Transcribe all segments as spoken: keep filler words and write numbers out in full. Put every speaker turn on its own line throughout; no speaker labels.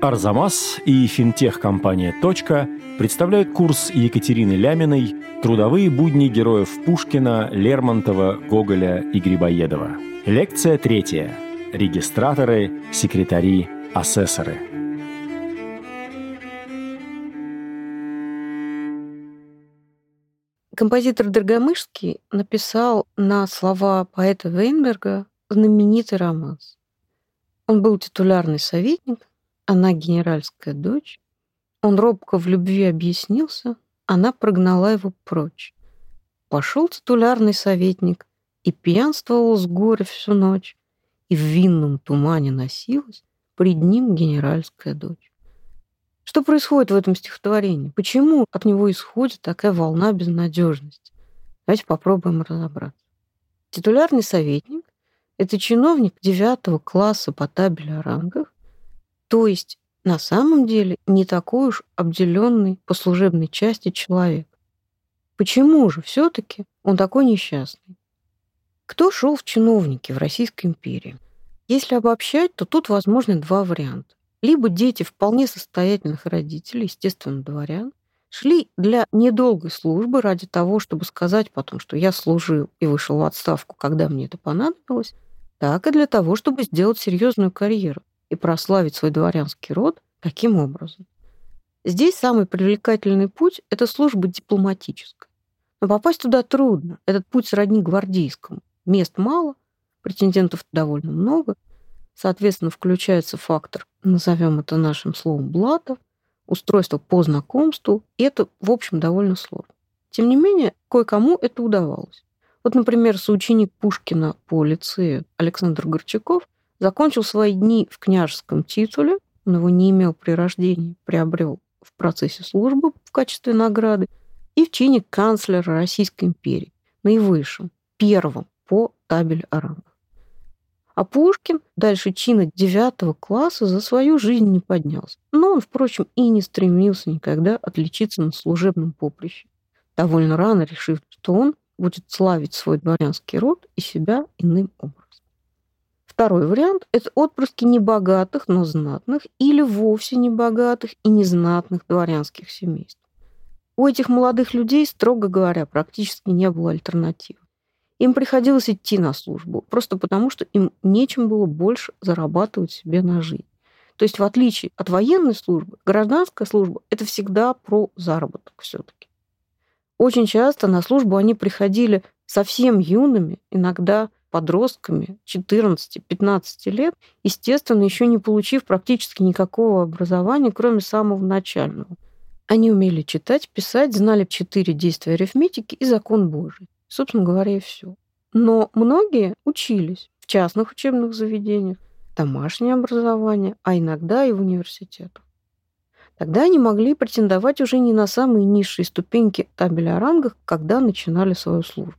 Арзамас и финтех-компания «Точка» представляют курс Екатерины Ляминой «Трудовые будни героев Пушкина, Лермонтова, Гоголя и Грибоедова». Лекция третья. Регистраторы, секретари, асессоры.
Композитор Доргомышский написал на слова поэта Вейнберга знаменитый романс. Он был титулярный советник, она генеральская дочь. Он робко в любви объяснился, она прогнала его прочь. Пошел титулярный советник и пьянствовал с горя всю ночь, и в винном тумане носилась пред ним генеральская дочь. Что происходит в этом стихотворении? Почему от него исходит такая волна безнадежности? Давайте попробуем разобраться. Титулярный советник — это чиновник девятого класса по табелю о рангах, то есть на самом деле не такой уж обделенный по служебной части человек. Почему же все-таки он такой несчастный? Кто шел в чиновники в Российской империи? Если обобщать, то тут возможны два варианта. Либо дети вполне состоятельных родителей, естественно, дворян, шли для недолгой службы ради того, чтобы сказать потом, что я служил и вышел в отставку, когда мне это понадобилось, так и для того, чтобы сделать серьезную карьеру и прославить свой дворянский род таким образом. Здесь самый привлекательный путь — это служба дипломатическая. Но попасть туда трудно. Этот путь сродни гвардейскому. Мест мало, претендентов довольно много. Соответственно, включается фактор, назовем это нашим словом, блата, устройство по знакомству, и это, в общем, довольно сложно. Тем не менее, кое-кому это удавалось. Вот, например, соученик Пушкина по лицею Александр Горчаков закончил свои дни в княжеском титуле, он его не имел при рождении, приобрел в процессе службы в качестве награды, и в чине канцлера Российской империи, наивысшем, первом по табелю о рангах. А Пушкин дальше чина девятого класса за свою жизнь не поднялся. Но он, впрочем, и не стремился никогда отличиться на служебном поприще, довольно рано решив, что он будет славить свой дворянский род и себя иным образом. Второй вариант — это отпрыски небогатых, но знатных, или вовсе небогатых и незнатных дворянских семейств. У этих молодых людей, строго говоря, практически не было альтернативы. Им приходилось идти на службу, просто потому, что им нечем было больше зарабатывать себе на жизнь. То есть, в отличие от военной службы, гражданская служба — это всегда про заработок все-таки. Очень часто на службу они приходили совсем юными, иногда подростками четырнадцати-пятнадцати лет, естественно, еще не получив практически никакого образования, кроме самого начального. Они умели читать, писать, знали четыре действия арифметики и закон Божий. Собственно говоря, и все. Но многие учились в частных учебных заведениях, домашнее образование, а иногда и в университетах. Тогда они могли претендовать уже не на самые низшие ступеньки табеля о рангах, когда начинали свою службу.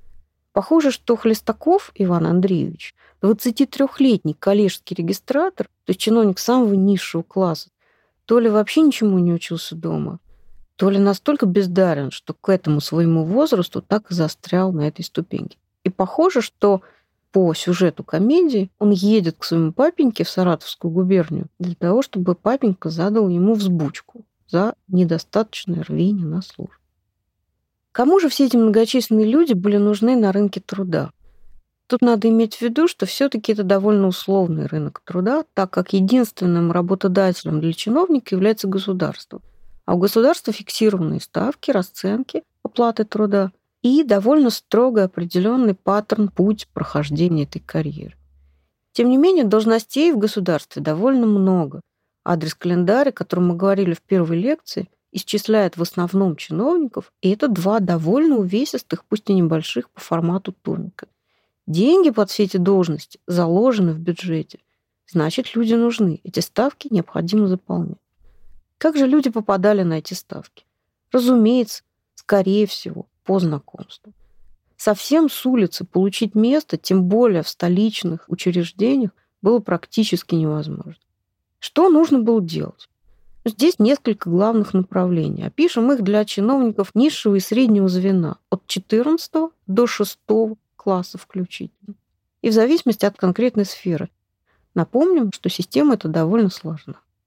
Похоже, что Хлестаков Иван Андреевич, двадцатитрёхлетний коллежский регистратор, то есть чиновник самого низшего класса, то ли вообще ничему не учился дома, то ли настолько бездарен, что к этому своему возрасту так и застрял на этой ступеньке. И похоже, что по сюжету комедии он едет к своему папеньке в Саратовскую губернию для того, чтобы папенька задал ему взбучку за недостаточное рвение на службу. Кому же все эти многочисленные люди были нужны на рынке труда? Тут надо иметь в виду, что все-таки это довольно условный рынок труда, так как единственным работодателем для чиновника является государство. А у государства фиксированные ставки, расценки оплаты труда и довольно строго определенный паттерн, путь прохождения этой карьеры. Тем не менее, должностей в государстве довольно много. Адрес календаря, о котором мы говорили в первой лекции, исчисляет в основном чиновников, и это два довольно увесистых, пусть и небольших по формату томика. Деньги под все эти должности заложены в бюджете. Значит, люди нужны. Эти ставки необходимо заполнять. Как же люди попадали на эти ставки? Разумеется, скорее всего, по знакомству. Совсем с улицы получить место, тем более в столичных учреждениях, было практически невозможно. Что нужно было делать? Здесь несколько главных направлений. Опишем их для чиновников низшего и среднего звена от четырнадцатого до шестого класса включительно. И в зависимости от конкретной сферы. Напомним, что система эта довольно сложна.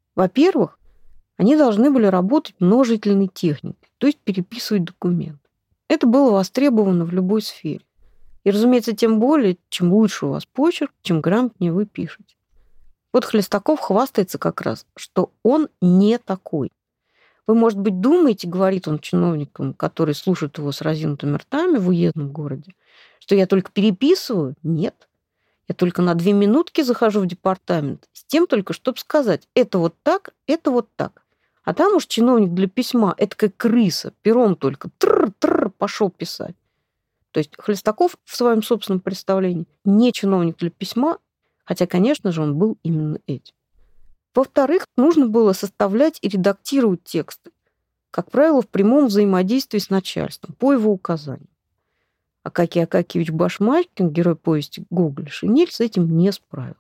Во-первых, они должны были работать множительной техникой, то есть переписывать документы. Это было востребовано в любой сфере. И, разумеется, тем более, чем лучше у вас почерк, чем грамотнее вы пишете. Вот Хлестаков хвастается как раз, что он не такой. Вы, может быть, думаете, говорит он чиновникам, которые слушают его с разинутыми ртами в уездном городе, что я только переписываю? Нет. Я только на две минутки захожу в департамент, с тем только, чтобы сказать, это вот так, это вот так. А там уж чиновник для письма, это как крыса, пером только тррр-тррр пошел писать. То есть Хлестаков в своем собственном представлении не чиновник для письма, хотя, конечно же, он был именно этим. Во-вторых, нужно было составлять и редактировать тексты, как правило, в прямом взаимодействии с начальством, по его указаниям. Акакий Акакиевич Башмачкин, герой повести Гоголя «Шинель», с этим не справился.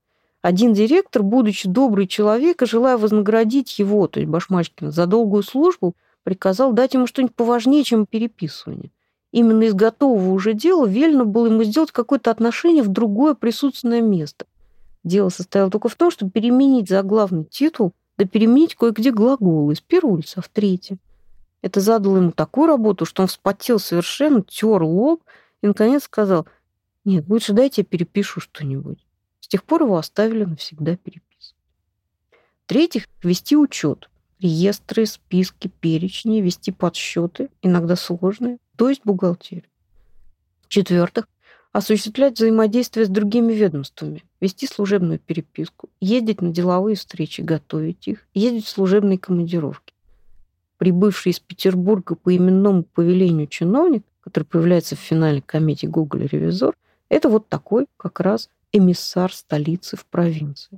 Один директор, будучи добрый человек и желая вознаградить его, то есть Башмачкина, за долгую службу, приказал дать ему что-нибудь поважнее, чем переписывание. Именно из готового уже дела велено было ему сделать какое-то отношение в другое присутственное место. Дело состояло только в том, чтобы переменить заглавный титул, да переменить кое-где глаголы из первого лица в третье. Это задало ему такую работу, что он вспотел совершенно, тер лоб и, наконец, сказал, нет, лучше дайте я перепишу что-нибудь. С тех пор его оставили навсегда переписывать. В-третьих, вести учет. Реестры, списки, перечни, вести подсчеты, иногда сложные, то есть бухгалтерию. В-четвертых, осуществлять взаимодействие с другими ведомствами, вести служебную переписку, ездить на деловые встречи, готовить их, ездить в служебные командировки. Прибывший из Петербурга по именному повелению чиновник, который появляется в финале комедии Гоголя «Ревизор», это вот такой как раз эмиссар столицы в провинции.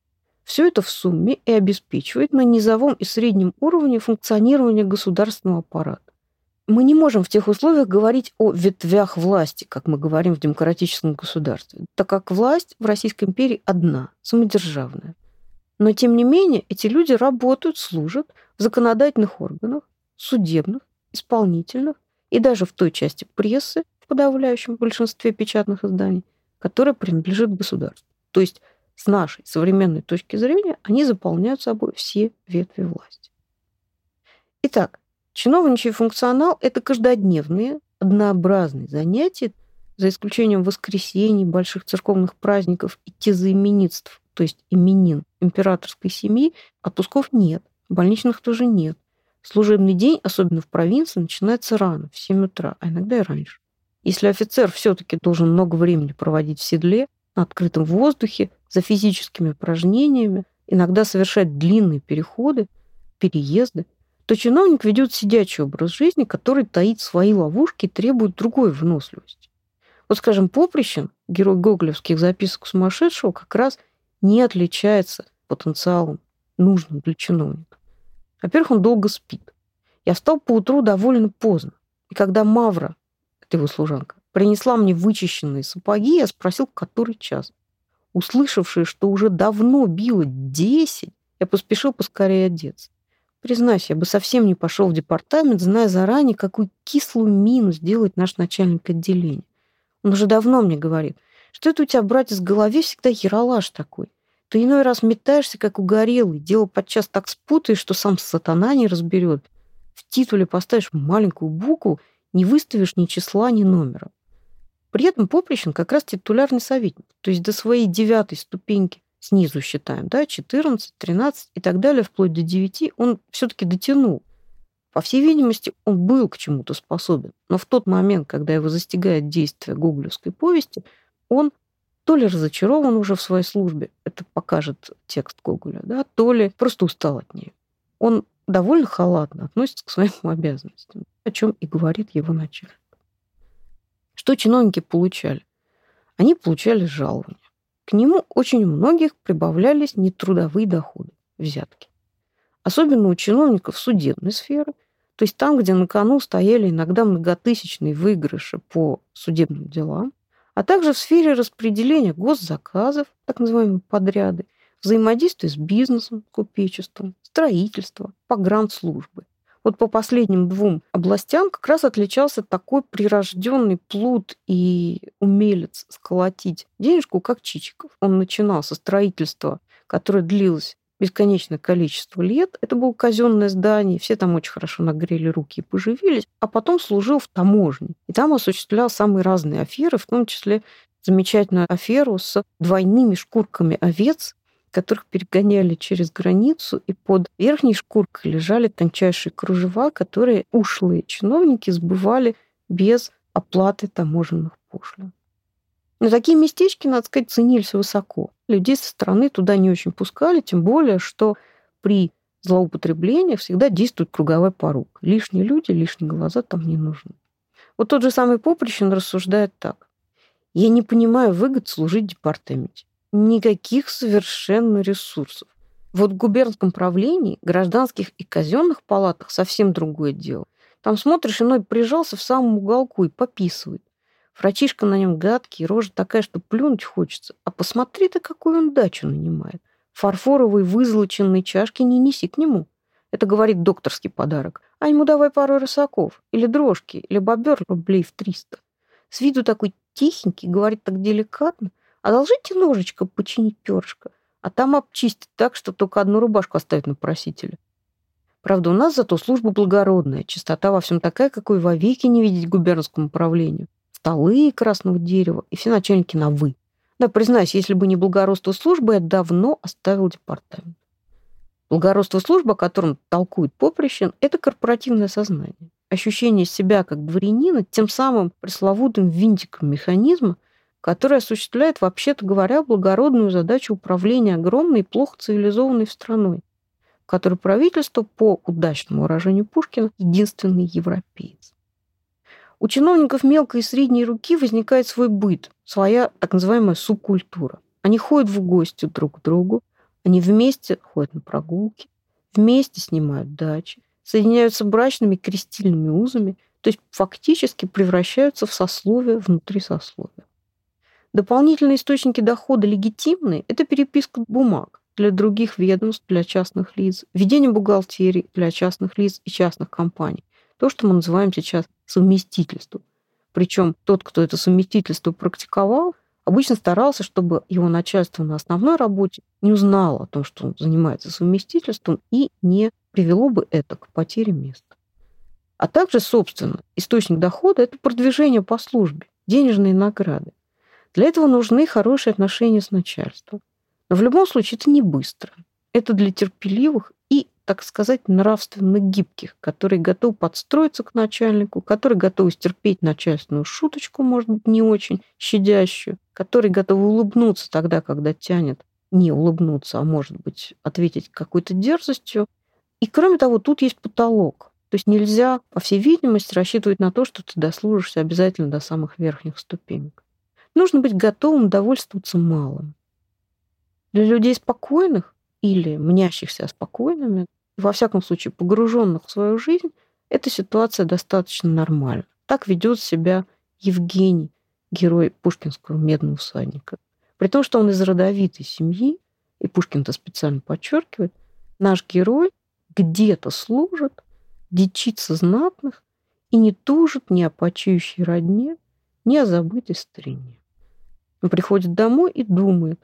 Все это в сумме и обеспечивает на низовом и среднем уровне функционирование государственного аппарата. Мы не можем в тех условиях говорить о ветвях власти, как мы говорим в демократическом государстве, так как власть в Российской империи одна, самодержавная. Но, тем не менее, эти люди работают, служат в законодательных органах, судебных, исполнительных и даже в той части прессы, в подавляющем большинстве печатных изданий, которая принадлежит государству. То есть, с нашей современной точки зрения, они заполняют собой все ветви власти. Итак, чиновничий функционал – это каждодневные, однообразные занятия, за исключением воскресений, больших церковных праздников и тезаименитств, то есть именин императорской семьи, отпусков нет, больничных тоже нет. Служебный день, особенно в провинции, начинается рано, в семь утра, а иногда и раньше. Если офицер все-таки должен много времени проводить в седле, на открытом воздухе, за физическими упражнениями, иногда совершать длинные переходы, переезды, то чиновник ведет сидячий образ жизни, который таит свои ловушки и требует другой выносливости. Вот, скажем, Поприщин, герой гоголевских записок сумасшедшего, как раз не отличается потенциалом, нужным для чиновника. Во-первых, он долго спит. Я встал поутру довольно поздно. И когда Мавра, это его служанка, принесла мне вычищенные сапоги, я спросил, который час. Услышавший, что уже давно било десять, я поспешил поскорее одеться. Признаюсь, я бы совсем не пошел в департамент, зная заранее, какую кислую мину сделает наш начальник отделения. Он уже давно мне говорит, что это у тебя, братец, в голове всегда яролаж такой. Ты иной раз метаешься, как угорелый, дело подчас так спутаешь, что сам сатана не разберет. В титуле поставишь маленькую букву, не выставишь ни числа, ни номера. При этом Поприщин как раз титулярный советник, то есть до своей девятой ступеньки, снизу считаем, да, четырнадцать, тринадцать и так далее, вплоть до девяти, он все-таки дотянул. По всей видимости, он был к чему-то способен, но в тот момент, когда его застигает действие гоголевской повести, он то ли разочарован уже в своей службе, это покажет текст Гоголя, да, то ли просто устал от нее. Он довольно халатно относится к своим обязанностям, о чем и говорит его начальник. Что чиновники получали? Они получали жалования. К нему очень у многих прибавлялись нетрудовые доходы, взятки. Особенно у чиновников судебной сферы, то есть там, где на кону стояли иногда многотысячные выигрыши по судебным делам, а также в сфере распределения госзаказов, так называемые подряды, взаимодействия с бизнесом, купечеством, строительства, погранслужбы. Вот по последним двум областям как раз отличался такой прирожденный плут и умелец сколотить денежку, как Чичиков. Он начинал со строительства, которое длилось бесконечное количество лет. Это было казенное здание, все там очень хорошо нагрели руки и поживились, а потом служил в таможне. И там осуществлял самые разные аферы, в том числе замечательную аферу с двойными шкурками овец, которых перегоняли через границу, и под верхней шкуркой лежали тончайшие кружева, которые ушлые чиновники сбывали без оплаты таможенных пошлин. Но такие местечки, надо сказать, ценились высоко. Людей со стороны туда не очень пускали, тем более, что при злоупотреблениях всегда действует круговая порука. Лишние люди, лишние глаза там не нужны. Вот тот же самый Поприщин рассуждает так. «Я не понимаю выгод служить в департаменте. Никаких совершенно ресурсов. Вот в губернском правлении, гражданских и казенных палатах совсем другое дело. Там смотришь, иной прижался в самом уголку и пописывает. Врачишка на нем гадкий, рожа такая, что плюнуть хочется. А посмотри-то, какую он дачу нанимает. Фарфоровые вызолоченные чашки не неси к нему. Это, говорит, докторский подарок. А ему давай пару рысаков, или дрожки, или бобер рублей в триста. С виду такой тихенький, говорит так деликатно. Одолжите ножичка починить перышко, а там обчистить так, что только одну рубашку оставить на просителя. Правда, у нас зато служба благородная, чистота во всем такая, какой вовеки не видеть губернскому управлению. Столы красного дерева, и все начальники на «вы». Да, признаюсь, если бы не благородство службы, я давно оставил департамент. Благородство службы, о котором толкует Поприщин, это корпоративное сознание. Ощущение себя как дворянина тем самым пресловутым винтиком механизма, который осуществляет, вообще-то говоря, благородную задачу управления огромной и плохо цивилизованной страной, в которой правительство, по удачному выражению Пушкина, единственный европеец. У чиновников мелкой и средней руки возникает свой быт, своя так называемая субкультура. Они ходят в гости друг к другу, они вместе ходят на прогулки, вместе снимают дачи, соединяются брачными крестильными узами, то есть фактически превращаются в сословие внутри сословия. Дополнительные источники дохода легитимные – это переписка бумаг для других ведомств, для частных лиц, ведение бухгалтерии для частных лиц и частных компаний. То, что мы называем сейчас совместительством. Причем тот, кто это совместительство практиковал, обычно старался, чтобы его начальство на основной работе не узнало о том, что он занимается совместительством, и не привело бы это к потере места. А также, собственно, источник дохода – это продвижение по службе, денежные награды. Для этого нужны хорошие отношения с начальством. Но в любом случае это не быстро. Это для терпеливых и, так сказать, нравственно гибких, которые готовы подстроиться к начальнику, которые готовы стерпеть начальственную шуточку, может быть, не очень щадящую, которые готовы улыбнуться тогда, когда тянет не улыбнуться, а, может быть, ответить какой-то дерзостью. И, кроме того, тут есть потолок. То есть нельзя, по всей видимости, рассчитывать на то, что ты дослужишься обязательно до самых верхних ступенек. Нужно быть готовым довольствоваться малым. Для людей спокойных или мнящихся спокойными, во всяком случае погруженных в свою жизнь, эта ситуация достаточно нормальна. Так ведет себя Евгений, герой пушкинского «Медного всадника». При том, что он из родовитой семьи, и Пушкин это специально подчеркивает, наш герой где-то служит, дичится знатных и не тужит ни о почиющей родне, ни о забытой старине. Он приходит домой и думает.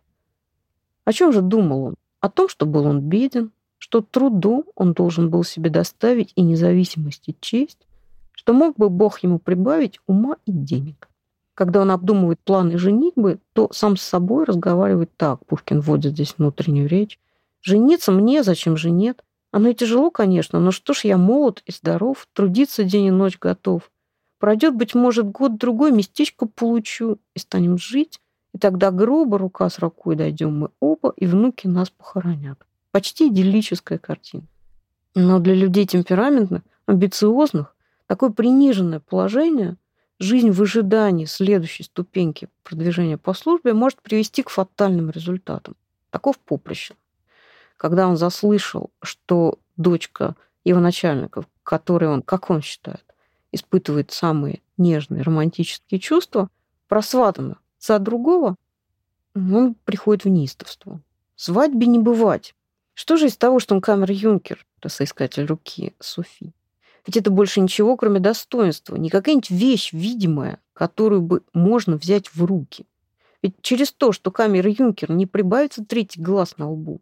О чем же думал он? О том, что был он беден, что трудом он должен был себе доставить и независимость, и честь, что мог бы Бог ему прибавить ума и денег. Когда он обдумывает планы женитьбы, то сам с собой разговаривает так. Пушкин вводит здесь внутреннюю речь. «Жениться мне, зачем же нет? Оно и тяжело, конечно, но что ж я молод и здоров, трудиться день и ночь готов. Пройдет, быть может, год-другой, местечко получу, и станем жить, и тогда гроба рука с рукой дойдем мы оба, и внуки нас похоронят». Почти идиллическая картина. Но для людей темпераментных, амбициозных, такое приниженное положение, жизнь в ожидании следующей ступеньки продвижения по службе может привести к фатальным результатам. Таков Поприщин. Когда он заслышал, что дочка его начальника, которой он, как он считает, испытывает самые нежные романтические чувства, просватана за другого, он приходит в неистовство. Свадьбе не бывать. Что же из того, что он камер-юнкер, соискатель руки Софи? Ведь это больше ничего, кроме достоинства, не какая-нибудь вещь видимая, которую бы можно взять в руки. Ведь через то, что камер-юнкер, не прибавится третий глаз на лбу,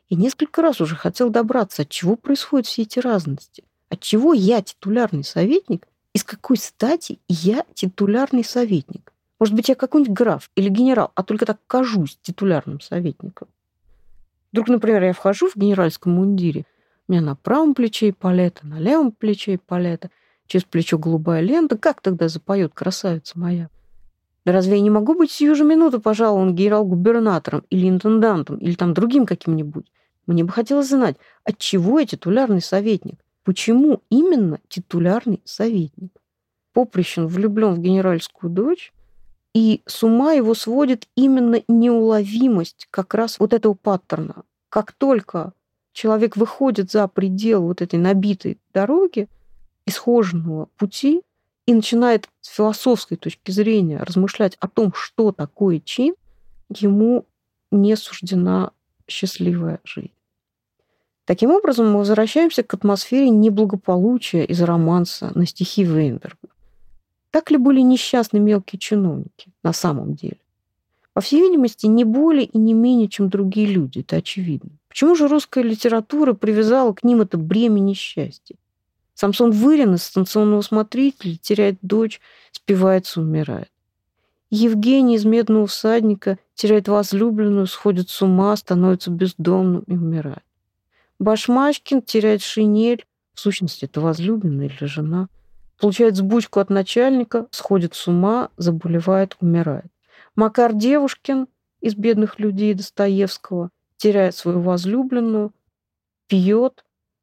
Я несколько раз уже хотел добраться, от чего происходят все эти разности. От чего я титулярный советник, и с какой стати я титулярный советник. Может быть, я какой-нибудь граф или генерал, а только так кажусь титулярным советником. Вдруг, например, я вхожу в генеральском мундире, у меня на правом плече эполета, на левом плече эполета, через плечо голубая лента. Как тогда запоет красавица моя? Да разве я не могу быть сию же минуту пожалован генерал-губернатором или интендантом, или там другим каким-нибудь? Мне бы хотелось знать, от чего я титулярный советник? Почему именно титулярный советник? Поприщин влюблен в генеральскую дочь, и с ума его сводит именно неуловимость как раз вот этого паттерна. Как только человек выходит за предел вот этой набитой дороги, исхоженного пути, и начинает с философской точки зрения размышлять о том, что такое чин, ему не суждена счастливая жизнь. Таким образом, мы возвращаемся к атмосфере неблагополучия из романса на стихи Вейнберга. Так ли были несчастны мелкие чиновники на самом деле? По всей видимости, не более и не менее, чем другие люди, это очевидно. Почему же русская литература привязала к ним это бремя несчастья? Самсон Вырин из «Станционного смотрителя» теряет дочь, спивается, умирает. Евгений из «Медного всадника» теряет возлюбленную, сходит с ума, становится бездомным и умирает. Башмачкин теряет шинель, в сущности, это возлюбленная или жена, получает сбучку от начальника, сходит с ума, заболевает, умирает. Макар Девушкин из «Бедных людей» Достоевского теряет свою возлюбленную, пьет,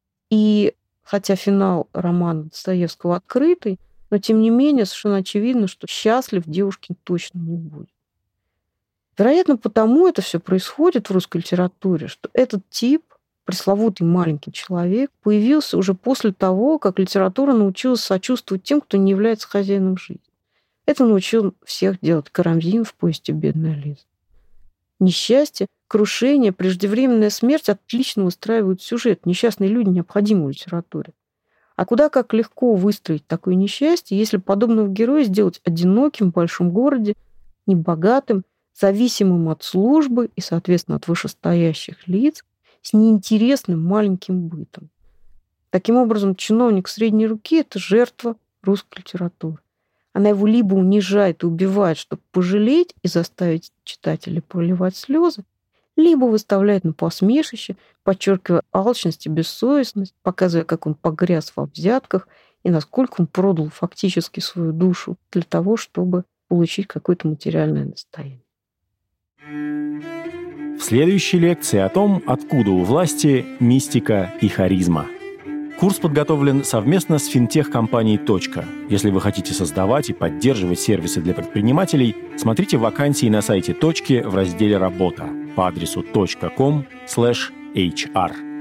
и хотя финал романа Достоевского открытый, но тем не менее совершенно очевидно, что счастлив Девушкин точно не будет. Вероятно, потому это все происходит в русской литературе, что этот тип, пресловутый маленький человек, появился уже после того, как литература научилась сочувствовать тем, кто не является хозяином жизни. Это научил всех делать Карамзин в повести «Бедная Лиза». Несчастье, крушение, преждевременная смерть отлично выстраивают сюжет. Несчастные люди необходимы в литературе. А куда как легко выстроить такое несчастье, если подобного героя сделать одиноким в большом городе, небогатым, зависимым от службы и, соответственно, от вышестоящих лиц, с неинтересным маленьким бытом. Таким образом, чиновник средней руки – это жертва русской литературы. Она его либо унижает и убивает, чтобы пожалеть и заставить читателя проливать слезы, либо выставляет на посмешище, подчеркивая алчность и бессовестность, показывая, как он погряз во взятках и насколько он продал фактически свою душу для того, чтобы получить какое-то материальное достояние.
В следующей лекции о том, откуда у власти мистика и харизма. Курс подготовлен совместно с финтех-компанией «Точка». Если вы хотите создавать и поддерживать сервисы для предпринимателей, смотрите вакансии на сайте «Точки» в разделе «Работа» по адресу точка ком слэш эйч ар.